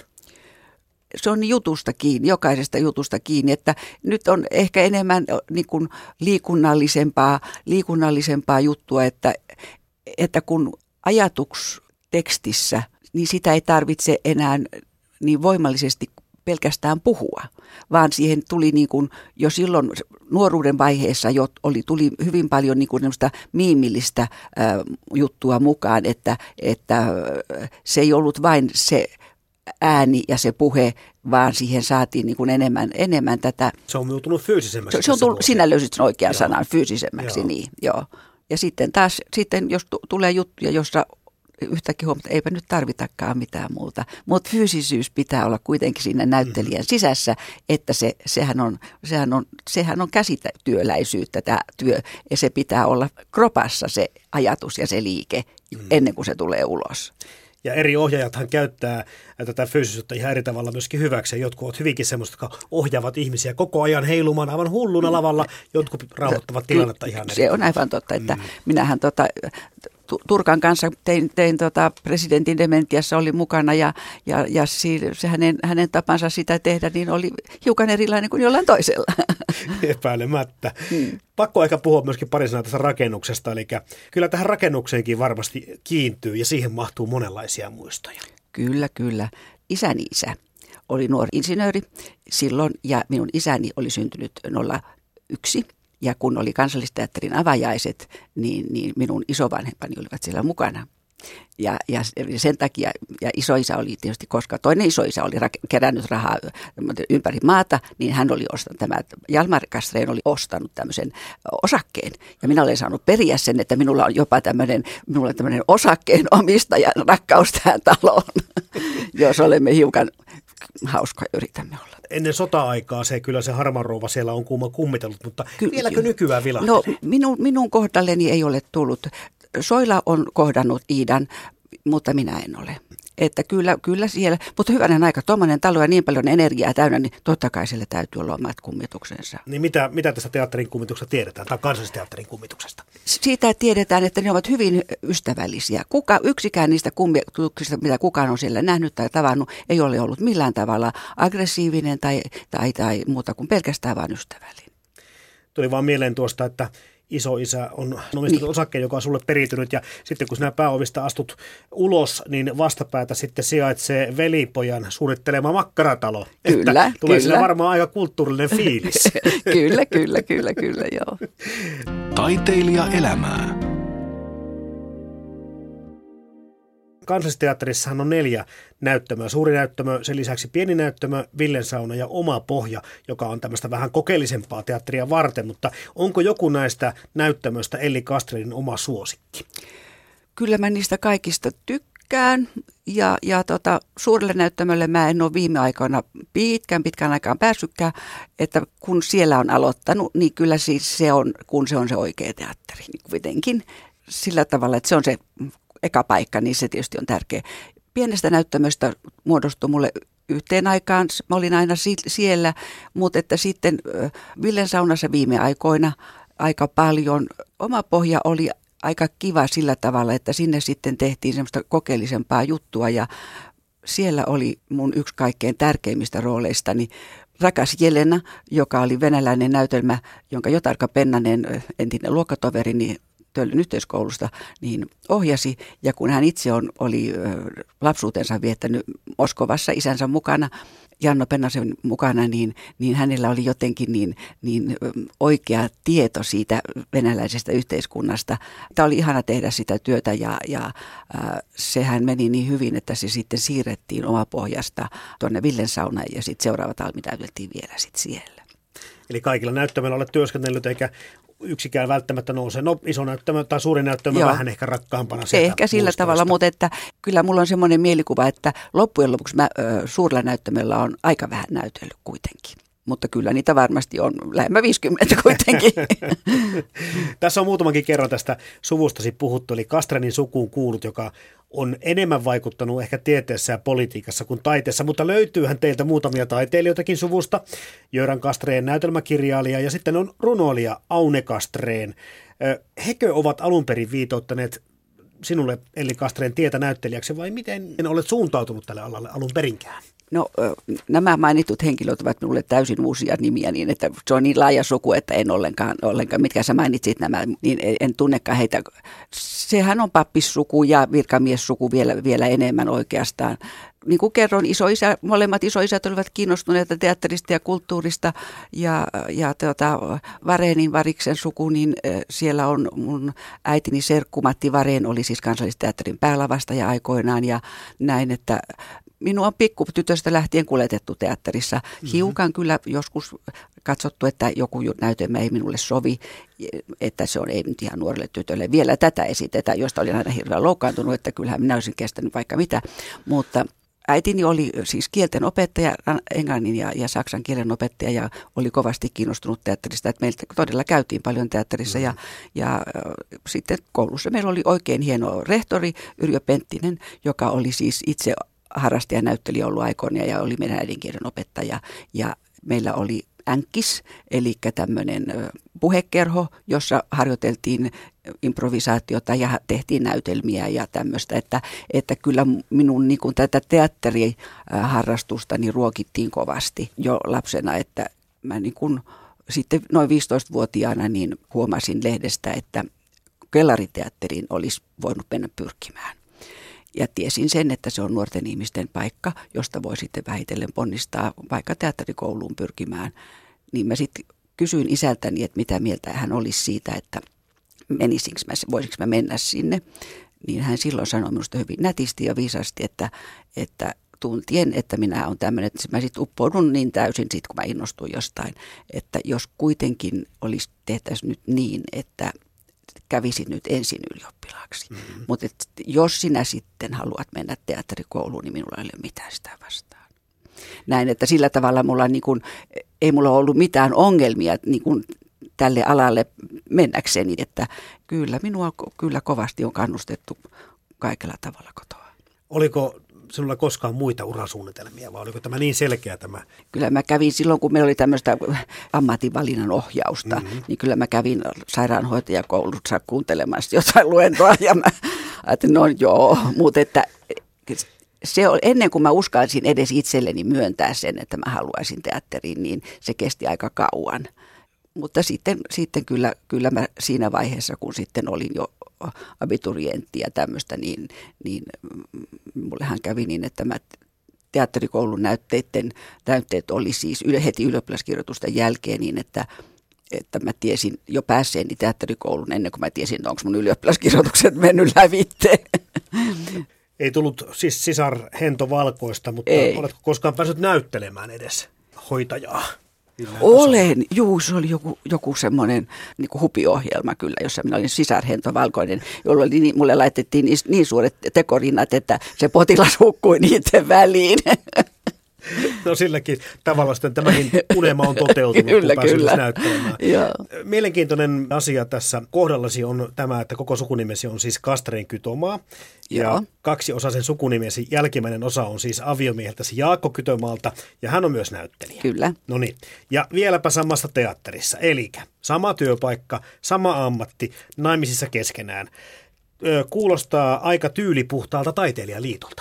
Se on jutusta kiinni, jokaisesta jutusta kiinni, että nyt on ehkä enemmän niin kuin liikunnallisempaa, liikunnallisempaa juttua, että, että kun ajatuks tekstissä, niin sitä ei tarvitse enää niin voimallisesti pelkästään puhua, vaan siihen tuli niin kuin jo silloin nuoruuden vaiheessa jo oli, tuli hyvin paljon niin kuin miimillistä äh, juttua mukaan, että, että se ei ollut vain se ääni ja se puhe, vaan siihen saatiin niin kuin enemmän, enemmän tätä. Se on muuttunut fyysisemmäksi. Se, se on tullut, sinä löysit sen oikean joo. sanan, fyysisemmäksi, joo. niin, joo. Ja sitten taas, sitten jos t- tulee juttuja, jossa yhtäkkiä huomata, eipä nyt tarvitakaan mitään muuta. Mutta fyysisyys pitää olla kuitenkin siinä näyttelijän mm-hmm. sisässä, että se, sehän, on, sehän, on, sehän on käsityöläisyyttä tämä työ. Ja se pitää olla kropassa se ajatus ja se liike mm-hmm. ennen kuin se tulee ulos. Ja eri ohjaajathan käyttää tätä fyysisyyttä ihan eri tavalla myöskin hyväksi. Jotkut ovat hyvinkin semmoista, jotka ohjaavat ihmisiä koko ajan heilumaan aivan hulluna lavalla. Jotkut rauhoittavat tilannetta ihan eri. Se on aivan totta, että mm. minähän tota, Turkan kanssa tein, tein tota, presidentin dementiassa oli mukana ja, ja, ja si, se hänen, hänen tapansa sitä tehdä niin oli hiukan erilainen kuin jollain toisella. Epäilemättä. Hmm. Pakko ehkä puhua myöskin pari sanaa tästä rakennuksesta, eli kyllä tähän rakennukseenkin varmasti kiintyy ja siihen mahtuu monenlaisia muistoja. Kyllä, kyllä. Isäni isä oli nuori insinööri silloin ja minun isäni oli syntynyt nolla yksi. Ja kun oli Kansallisteatterin avajaiset, niin, niin minun isovanhempani olivat siellä mukana. Ja, ja sen takia, ja isoisä oli tietysti, koska toinen isoisä oli rak- kerännyt rahaa ympäri maata, niin hän oli ostanut, tämä Hjalmar Castrén oli ostanut tämmöisen osakkeen. Ja minä olen saanut periä sen, että minulla on jopa tämmöinen, minulla on tämmöinen osakkeen omistajan rakkaus tähän taloon, jos olemme hiukan hauskoja, yritämme olla. Ennen sota-aikaa se kyllä se harmanrouva siellä on kuuma kummitellut, mutta Ky- vieläkö nykyään vilahtelee? No minun, minun kohdalleni ei ole tullut. Soila on kohdannut Iidan, mutta minä en ole. Että kyllä, kyllä siellä, mutta hyvänen aika, tuommoinen talo ja niin paljon energiaa täynnä, niin totta kai sille täytyy olla omat kummituksensa. Niin mitä, mitä tästä teatterin kummituksesta tiedetään, tai kansallisteatterin kummituksesta? Siitä tiedetään, että ne ovat hyvin ystävällisiä. Kuka, yksikään niistä kummituksista, mitä kukaan on siellä nähnyt tai tavannut, ei ole ollut millään tavalla aggressiivinen tai, tai, tai muuta kuin pelkästään vain ystävällinen. Tuli vaan mieleen tuosta, että isoisä on omistanut niin osakkeen, joka on sulle peritynyt, ja sitten kun sinä pääovista astut ulos, niin vastapäätä sitten sijaitsee velipojan suunnittelema makkaratalo. Kyllä, että tulee kyllä. siinä varmaan aika kulttuurinen fiilis. Kyllä, kyllä, kyllä, kyllä, joo. Taiteilija elämää. Kansallisteatterissahan on neljä näyttämöä. Suuri näyttämö, sen lisäksi pieni näyttämö, Villen sauna ja Oma pohja, joka on tämmöistä vähän kokeellisempaa teatteria varten. Mutta onko joku näistä näyttämöistä Elli Castrénin oma suosikki? Kyllä mä niistä kaikista tykkään. Ja, ja tota, suurelle näyttämölle mä en ole viime aikoina pitkän pitkän aikaan päässytkään, että kun siellä on aloittanut, niin kyllä siis se on, kun se on se oikea teatteri niin kuitenkin sillä tavalla, että se on se eka paikka, niin se tietysti on tärkeä. Pienestä näyttämöstä muodostui mulle yhteen aikaan, mä olin aina siellä, mutta että sitten Villen saunassa viime aikoina aika paljon. Oma pohja oli aika kiva sillä tavalla, että sinne sitten tehtiin semmoista kokeellisempaa juttua ja siellä oli mun yksi kaikkein tärkeimmistä rooleistani Rakas Jelena, joka oli venäläinen näytelmä, jonka Jotarka Pennanen, entinen luokkatoverini Töölön yhteiskoulusta, niin ohjasi. Ja kun hän itse on, oli lapsuutensa viettänyt Moskovassa isänsä mukana, Janno Pennasen mukana, niin, niin hänellä oli jotenkin niin, niin oikea tieto siitä venäläisestä yhteiskunnasta. Tämä oli ihana tehdä sitä työtä ja, ja äh, sehän meni niin hyvin, että se sitten siirrettiin Omapohjasta tuonne Villen saunaan ja sitten seuraava talmi täyteltiin vielä sitten siellä. Eli kaikilla näyttämällä olet työskennellyt eikä yksikään välttämättä nouse. No iso näyttämö tai suuri näyttämö Joo. vähän ehkä rakkaampana sieltä Ehkä sillä muistoista. tavalla, mutta että kyllä mulla on semmoinen mielikuva, että loppujen lopuksi mä ö, suurella näyttämöllä on aika vähän näytellyt kuitenkin. Mutta kyllä niitä varmasti on lähemmä viisikymmentä kuitenkin. Tässä on muutamankin kerran tästä suvustasi puhuttu, eli Castrénin sukuun kuulut, joka on enemmän vaikuttanut ehkä tieteessä ja politiikassa kuin taiteessa, mutta löytyyhän teiltä muutamia taiteilijoitakin suvusta. Jöran Castrén näytelmäkirjailija ja sitten on runoilija Aune Castrén. Hekö ovat alun perin viitoittaneet sinulle Elli Castrén tietä näyttelijäksi vai miten olet suuntautunut tälle alalle alun perinkään? No nämä mainitut henkilöt ovat minulle täysin uusia nimiä, niin että se on niin laaja suku, että en ollenkaan, ollenkaan mitkä sä mainitsit nämä, niin en tunnekaan heitä. Sehän on pappissuku ja virkamiessuku vielä, vielä enemmän oikeastaan. Niin kuin kerron, isoisä, molemmat isoisät olivat kiinnostuneita teatterista ja kulttuurista ja, ja tuota, Varenin Variksen suku, niin siellä on mun äitini serkku Matti Vareen oli siis Kansallisteatterin päälavastaja aikoinaan ja näin, että minua on pikkutytöstä lähtien kuljetettu teatterissa. Hiukan kyllä joskus katsottu, että joku näytelmä ei minulle sovi, että se on ei nyt ihan nuorelle tytölle. Vielä tätä esitetään, josta olin aina hirveän loukkaantunut, että kyllähän minä olisin kestänyt vaikka mitä, mutta äitini oli siis kielten opettaja, englannin ja, ja saksan kielen opettaja ja oli kovasti kiinnostunut teatterista. Että meiltä todella käytiin paljon teatterissa ja, ja äh, sitten koulussa meillä oli oikein hieno rehtori Yrjö Penttinen, joka oli siis itse harrastaja näyttelijä ollut aikoina ja oli meidän äidinkielen opettaja ja meillä oli änkkis, eli tämmöinen puhekerho, jossa harjoiteltiin improvisaatiota ja tehtiin näytelmiä ja tämmöistä, että, että kyllä minun niin kuin tätä teatteriharrastustani ruokittiin kovasti jo lapsena, että mä niin kuin sitten noin viisitoistavuotiaana niin huomasin lehdestä, että kellariteatteriin olisi voinut mennä pyrkimään. Ja tiesin sen, että se on nuorten ihmisten paikka, josta voi sitten vähitellen ponnistaa vaikka teatterikouluun pyrkimään. Niin mä sitten kysyin isältäni, että mitä mieltä hän olisi siitä, että menisinkö mä, voisinko mä mennä sinne. niin hän silloin sanoi minusta hyvin nätisti ja viisasti, että, että tuntien, että minä olen tämmöinen, että mä sitten uppoudun niin täysin sit, kun mä innostuin jostain, että jos kuitenkin olisi tehtäisiin nyt niin, että kävisin nyt ensin ylioppilaaksi. Mm-hmm. Mutta jos sinä sitten haluat mennä teatterikouluun, niin minulla ei ole mitään sitä vastaan. Näin, että sillä tavalla mulla niin kun, ei mulla ollut mitään ongelmia niin kun tälle alalle mennäkseni, että kyllä minua kyllä kovasti on kannustettu kaikella tavalla kotoa. Oliko sinulla koskaan muita urasuunnitelmia vai oliko tämä niin selkeä tämä? Kyllä mä kävin silloin, kun meillä oli tämmöistä ammatinvalinnan ohjausta, mm-hmm. niin kyllä mä kävin sairaanhoitajakoulussa kuuntelemassa jotain luentoa ja mä ajattelin, no joo, mutta että se on, ennen kuin mä uskalsin edes itselleni myöntää sen, että mä haluaisin teatteriin, niin se kesti aika kauan. Mutta sitten, sitten kyllä, kyllä mä siinä vaiheessa, kun sitten olin jo abiturientti ja tämmöistä, niin, niin mullehan kävi niin, että mä teatterikoulun näytteiden, näytteet oli siis heti ylioppilaskirjoitusten jälkeen niin, että, että mä tiesin jo päässeeni teatterikoulun ennen kuin mä tiesin, että onko mun ylioppilaskirjoitukset mennyt lävitse. Ei tullut siis sisar Hento Valkoista, mutta Ei. Oletko koskaan päässyt näyttelemään edes hoitajaa? Olen, juu, se oli joku, joku semmoinen niin kuin hupiohjelma kyllä, jossa minä olin sisar Hento Valkoinen, jolloin oli, mulle laitettiin niin, niin suuret tekorinnat, että se potilas hukkui niiden väliin. No silläkin tavalla sitten tämäkin unelma on toteutunut, kyllä, kun päässyt kyllä. näyttelemään. Joo. Mielenkiintoinen asia tässä kohdallasi on tämä, että koko sukunimesi on siis Castrén Kytömaa. Ja Joo. kaksi osaisen sukunimesi jälkimmäinen osa on siis aviomieheltäsi Jaakko Kytömaalta ja hän on myös näyttelijä. Kyllä. No niin, ja vieläpä samassa teatterissa, eli sama työpaikka, sama ammatti, naimisissa keskenään. Ö, kuulostaa aika tyylipuhtaalta taiteilijaliitolta.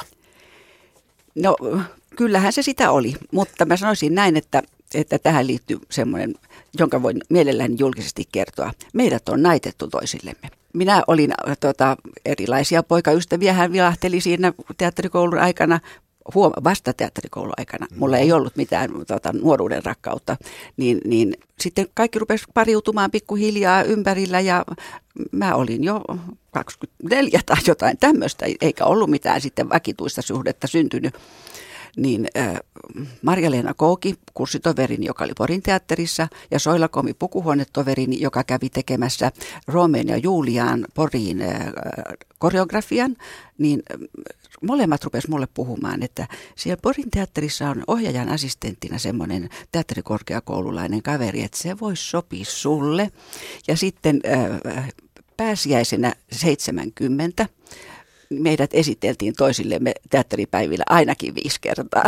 No kyllähän se sitä oli, mutta mä sanoisin näin, että, että tähän liittyy semmoinen, jonka voin mielelläni julkisesti kertoa. Meidät on naitettu toisillemme. Minä olin tota, erilaisia poikaystäviä, hän vilahteli siinä teatterikoulun aikana, huom- vasta teatterikoulun aikana. Mulla ei ollut mitään tota, nuoruuden rakkautta, niin, niin sitten kaikki rupesi pariutumaan pikkuhiljaa ympärillä ja mä olin jo kaksikymmentäneljä tai jotain tämmöistä, eikä ollut mitään sitten vakituista suhdetta syntynyt. Niin äh, Marja-Leena Kouki, kurssitoverini, joka oli Porin teatterissa, ja Soila Komi, pukuhuonetoverini, joka kävi tekemässä Roomeen ja Juliaan Poriin äh, koreografian, niin äh, molemmat rupesivat mulle puhumaan, että siellä Porin teatterissa on ohjaajan assistenttina semmoinen teatterikorkeakoululainen kaveri, että se voisi sopia sulle. Ja sitten äh, pääsiäisenä seitsemänkymmentä meidät esiteltiin toisillemme teatteripäivillä ainakin viisi kertaa.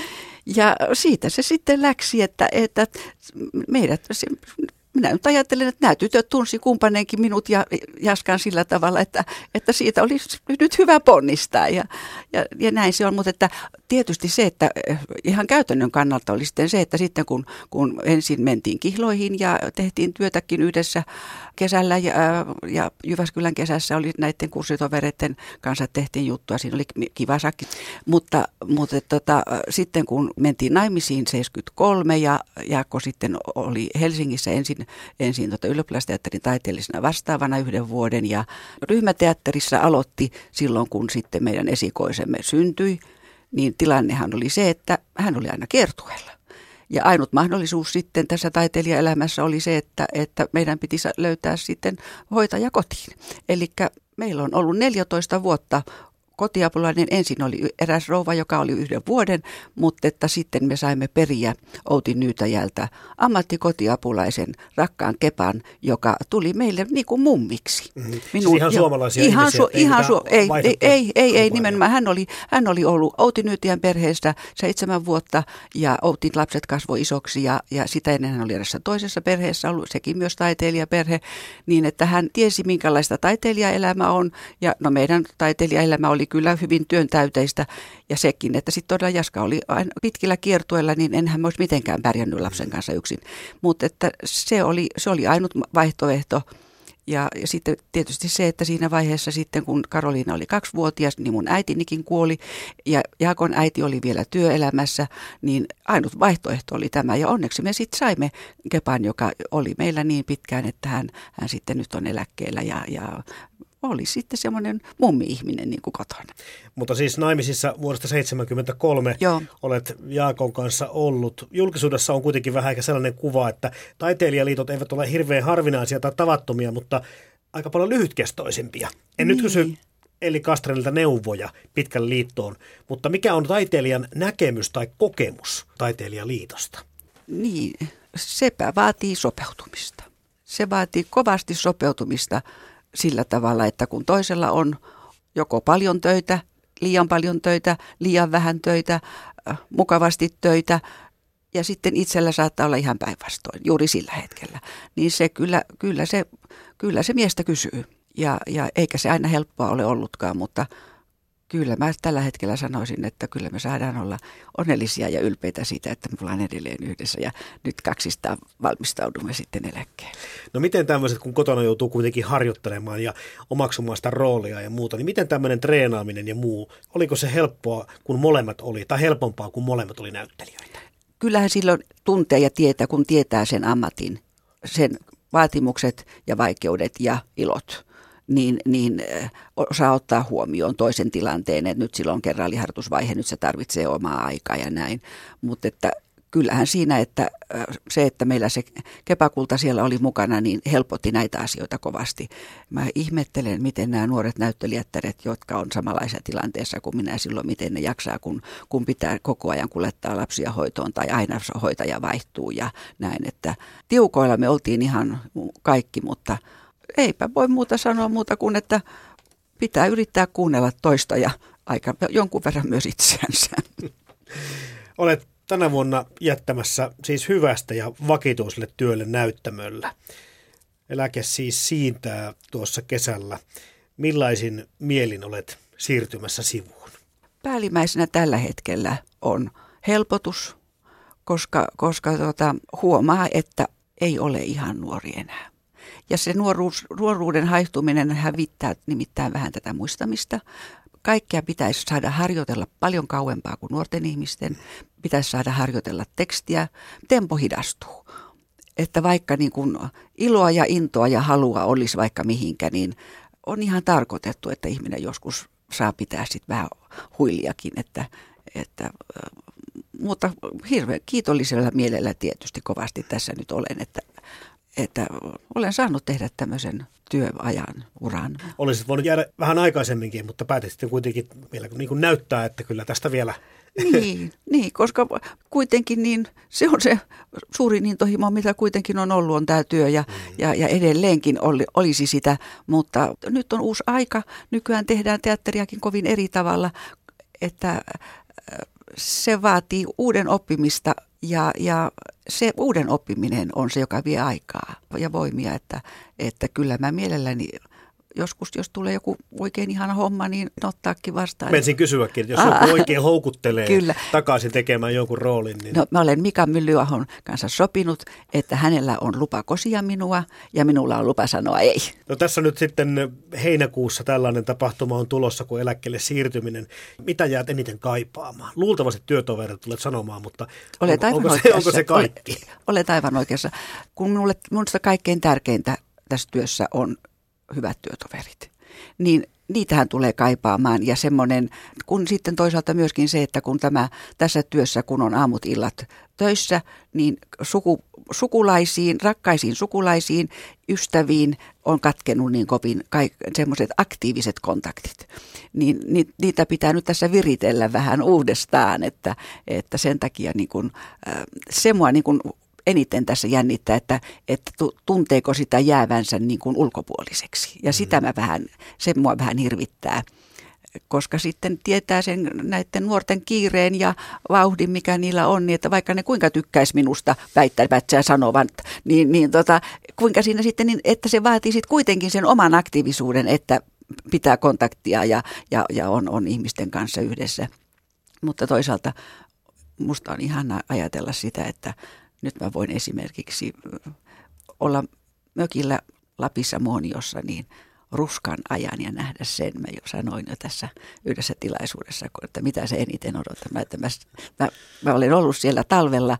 Ja siitä se sitten läksi, että, että meidät, minä nyt ajattelen, että nämä tytöt tunsi kumpainenkin minut ja Jaskan sillä tavalla, että, että siitä oli nyt hyvä ponnistaa ja, ja, ja näin se on. Mutta että tietysti se, että ihan käytännön kannalta oli sitten se, että sitten kun, kun ensin mentiin kihloihin ja tehtiin työtäkin yhdessä kesällä ja, ja Jyväskylän kesässä oli näiden kurssitovereiden kanssa tehtiin juttua, siinä oli kiva sakki. Mutta, mutta tota, sitten kun mentiin naimisiin seitsemänkymmentäkolme ja Jaakko sitten oli Helsingissä ensin, ensin tota ylioppilasteatterin taiteellisena vastaavana yhden vuoden ja ryhmäteatterissa aloitti silloin, kun sitten meidän esikoisemme syntyi, niin tilannehan oli se, että hän oli aina kiertueella. Ja ainut mahdollisuus sitten tässä taiteilijaelämässä oli se, että, että meidän piti löytää sitten hoitaja kotiin. Eli meillä on ollut neljätoista vuotta kotiapulainen. Ensin oli eräs rouva, joka oli yhden vuoden, mutta että sitten me saimme periä Outi Nyytäjältä ammattikotiapulaisen rakkaan Kepan, joka tuli meille niin kuin mummiksi. Mm-hmm. Minun, siis ihan jo, suomalaisia ihan ihmisiä, su, ihan su, ei, ei, ei, ei, ei nimenomaan. Hän oli, hän oli ollut Outi Nyytäjän perheestä seitsemän vuotta ja Outin lapset kasvoi isoksi ja, ja sitä ennen hän oli erässä toisessa perheessä ollut, sekin myös taiteilijaperhe, niin että hän tiesi minkälaista taiteilijaelämä on ja no meidän taiteilijaelämä oli kyllä hyvin työntäyteistä ja sekin, että sitten todella Jaska oli aina pitkillä kiertueilla, niin enhän mä olisi mitenkään pärjännyt lapsen kanssa yksin. Mutta että se oli, se oli ainut vaihtoehto ja, ja sitten tietysti se, että siinä vaiheessa sitten kun Karoliina oli kaksivuotias, niin mun äitinikin kuoli ja Jaakon äiti oli vielä työelämässä, niin ainut vaihtoehto oli tämä ja onneksi me sitten saimme Kepan, joka oli meillä niin pitkään, että hän, hän sitten nyt on eläkkeellä ja, ja oli sitten semmoinen mummi-ihminen niin kuin kotona. Mutta siis naimisissa vuodesta seitsemänkymmentäkolme Joo. olet Jaakon kanssa ollut. Julkisuudessa on kuitenkin vähän ehkä sellainen kuva, että taiteilijaliitot eivät ole hirveän harvinaisia tai tavattomia, mutta aika paljon lyhytkestoisempia. En niin. nyt kysy Elli Castrelilta neuvoja pitkän liittoon, mutta mikä on taiteilijan näkemys tai kokemus taiteilijaliitosta? Niin, sepä vaatii sopeutumista. Se vaatii kovasti sopeutumista sillä tavalla, että kun toisella on joko paljon töitä, liian paljon töitä, liian vähän töitä, äh, mukavasti töitä ja sitten itsellä saattaa olla ihan päinvastoin juuri sillä hetkellä, niin se kyllä, kyllä, se, kyllä se miestä kysyy ja, ja eikä se aina helppoa ole ollutkaan, mutta kyllä mä tällä hetkellä sanoisin, että kyllä me saadaan olla onnellisia ja ylpeitä siitä, että me ollaan edelleen yhdessä ja nyt kaksistaan valmistaudumme sitten eläkkeelle. No miten tämmöiset, kun kotona joutuu kuitenkin harjoittelemaan ja omaksumaan sitä roolia ja muuta, niin miten tämmöinen treenaaminen ja muu, oliko se helppoa, kun molemmat oli, tai helpompaa, kun molemmat oli näyttelijöitä? Kyllähän silloin tuntee ja tietää, kun tietää sen ammatin, sen vaatimukset ja vaikeudet ja ilot. Niin, niin osaa ottaa huomioon toisen tilanteen, että nyt silloin on kerran harjoitusvaihe, nyt se tarvitsee omaa aikaa ja näin. Mutta että kyllähän siinä, että se, että meillä se kepakulta siellä oli mukana, niin helpotti näitä asioita kovasti. Mä ihmettelen, miten nämä nuoret näyttelijättäret, jotka on samanlaisessa tilanteessa kuin minä silloin, miten ne jaksaa, kun, kun pitää koko ajan kuljettaa lapsia hoitoon tai aina hoitaja vaihtuu ja näin. Että tiukoilla me oltiin ihan kaikki, mutta eipä voi muuta sanoa muuta kuin, että pitää yrittää kuunnella toista ja aika jonkun verran myös itseänsä. Olet tänä vuonna jättämässä siis hyvästä ja vakituiselle työlle näyttämöllä. Eläke siis siintää tuossa kesällä. Millaisin mielin olet siirtymässä sivuun? Päällimmäisenä tällä hetkellä on helpotus, koska, koska tuota, huomaa, että ei ole ihan nuori enää. Ja se nuoruus, nuoruuden haihtuminen hävittää nimittäin vähän tätä muistamista. Kaikkea pitäisi saada harjoitella paljon kauempaa kuin nuorten ihmisten. Pitäisi saada harjoitella tekstiä. Tempo hidastuu. Että vaikka niin kuin iloa ja intoa ja halua olisi vaikka mihinkä, niin on ihan tarkoitettu, että ihminen joskus saa pitää sitten vähän huiliakin. Että, että, mutta hirveän kiitollisella mielellä tietysti kovasti tässä nyt olen, että että olen saanut tehdä tämmöisen työajan uran. Olisit voinut jäädä vähän aikaisemminkin, mutta päätit sitten kuitenkin vielä niin kuin näyttää, että kyllä tästä vielä. Niin, niin, koska kuitenkin niin se on se suurin intohimo, mitä kuitenkin on ollut, on tämä työ ja, mm. ja, ja edelleenkin oli, olisi sitä, mutta nyt on uusi aika. Nykyään tehdään teatteriakin kovin eri tavalla, että se vaatii uuden oppimista. Ja, ja se uuden oppiminen on se, joka vie aikaa ja voimia, että, että kyllä mä mielelläni joskus, jos tulee joku oikein ihana homma, niin ottaakin vastaan. Menisin kysyäkin, että jos Aa, joku oikein houkuttelee kyllä. takaisin tekemään jonkun roolin. Niin... No, mä olen Mika Myllyahon kanssa sopinut, että hänellä on lupa kosia minua ja minulla on lupa sanoa ei. No tässä nyt sitten heinäkuussa tällainen tapahtuma on tulossa kuin eläkkeelle siirtyminen. Mitä jäät eniten kaipaamaan? Luultavasti työtoverit tulet sanomaan, mutta olet onko, aivan onko, se, onko se kaikki? Olet aivan oikeassa. Kun minulle, minusta kaikkein tärkeintä tässä työssä on hyvät työtoverit, niin niitähän tulee kaipaamaan ja semmoinen, kun sitten toisaalta myöskin se, että kun tämä tässä työssä, kun on aamut illat töissä, niin suku, sukulaisiin, rakkaisiin sukulaisiin, ystäviin on katkenut niin kovin semmoiset aktiiviset kontaktit. Niin, ni, niitä pitää nyt tässä viritellä vähän uudestaan, että, että sen takia niin kun, äh, se mua niin kun eniten tässä jännittää, että, että tunteeko sitä jäävänsä niin kuin ulkopuoliseksi. Ja sitä mä vähän, se mua vähän hirvittää, koska sitten tietää sen näiden nuorten kiireen ja vauhdin, mikä niillä on, niin että vaikka ne kuinka tykkäisi minusta väittävät ja sanovat, niin, niin tota, kuinka siinä sitten, niin, että se vaatii sitten kuitenkin sen oman aktiivisuuden, että pitää kontaktia ja, ja, ja on, on ihmisten kanssa yhdessä. Mutta toisaalta musta on ihana ajatella sitä, että nyt mä voin esimerkiksi olla mökillä Lapissa Muoniossa niin ruskan ajan ja nähdä sen. Mä jo sanoin jo tässä yhdessä tilaisuudessa, että mitä se eniten odottaa. Mä, että mä, mä, mä olen ollut siellä talvella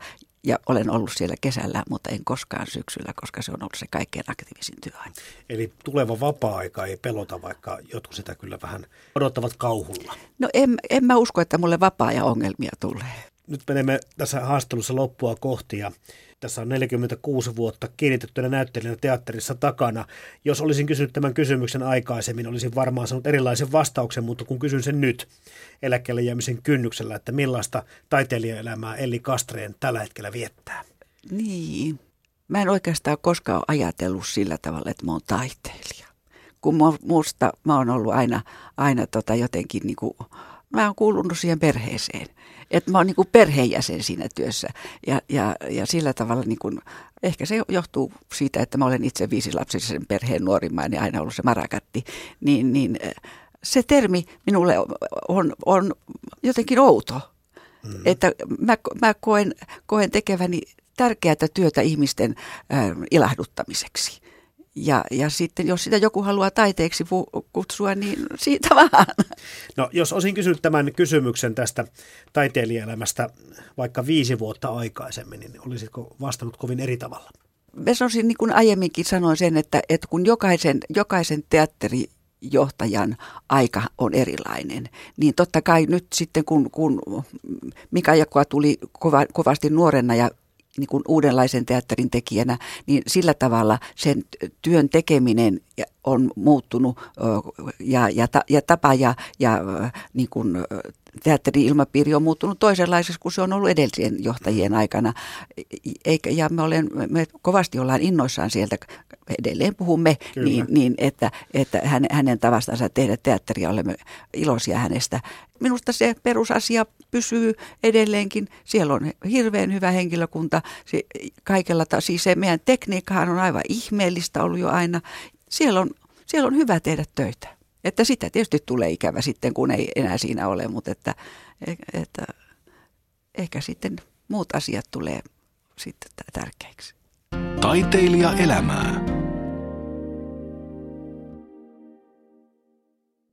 ja olen ollut siellä kesällä, mutta en koskaan syksyllä, koska se on ollut se kaikkein aktiivisin työaika. Eli tuleva vapaa-aika ei pelota, vaikka jotkut sitä kyllä vähän odottavat kauhulla. No en, en mä usko, että mulle vapaa-ajan ongelmia tulee. Nyt menemme tässä haastattelussa loppua kohti ja tässä on neljäkymmentäkuusi vuotta kiinnitettynä näyttelijänä teatterissa takana. Jos olisin kysynyt tämän kysymyksen aikaisemmin, olisin varmaan saanut erilaisen vastauksen, mutta kun kysyn sen nyt eläkkeelle jäämisen kynnyksellä, että millaista taiteilijaelämää Elli Castrén tällä hetkellä viettää? Niin, mä en oikeastaan koskaan ole ajatellut sillä tavalla, että mä oon taiteilija. Kun musta mä oon ollut aina, aina tota jotenkin niin kuin, mä oon kuulunut siihen perheeseen. Että mä oon niin kuin perheenjäsen siinä työssä ja, ja, ja sillä tavalla niin kuin, ehkä se johtuu siitä, että mä olen itse viisilapsisen perheen nuorimman ja aina ollut se marakatti, niin, niin se termi minulle on, on jotenkin outo, mm. että mä, mä koen, koen tekeväni tärkeää työtä ihmisten äh, ilahduttamiseksi. Ja, ja sitten jos sitä joku haluaa taiteeksi kutsua, niin siitä vaan. No jos olisin kysynyt tämän kysymyksen tästä taiteilijaelämästä vaikka viisi vuotta aikaisemmin, niin olisitko vastannut kovin eri tavalla? Mä sanoisin, niin kuin aiemminkin sanoin sen, että, että kun jokaisen, jokaisen teatterijohtajan aika on erilainen, niin totta kai nyt sitten kun, kun Mika Jaakkola tuli kova, kovasti nuorena ja niin kuin uudenlaisen teatterin tekijänä, niin sillä tavalla sen työn tekeminen on muuttunut ja, ja, ja tapa ja, ja niin kuin teatterin ilmapiiri on muuttunut toisenlaiseksi kuin se on ollut edellisien johtajien aikana. Eikä, ja me, olen, me kovasti ollaan innoissaan sieltä, edelleen puhumme, niin, niin että, että hänen, hänen tavastansa tehdä teatteria olemme iloisia hänestä. Minusta se perusasia pysyy edelleenkin. Siellä on hirveän hyvä henkilökunta. Se, kaikella, siis se meidän tekniikkahan on aivan ihmeellistä ollut jo aina. Siellä on, siellä on hyvä tehdä töitä. Että sitä tietysti tulee ikävä sitten, kun ei enää siinä ole, mutta että, että ehkä sitten muut asiat tulee sitten tärkeiksi. Taiteilija elämää.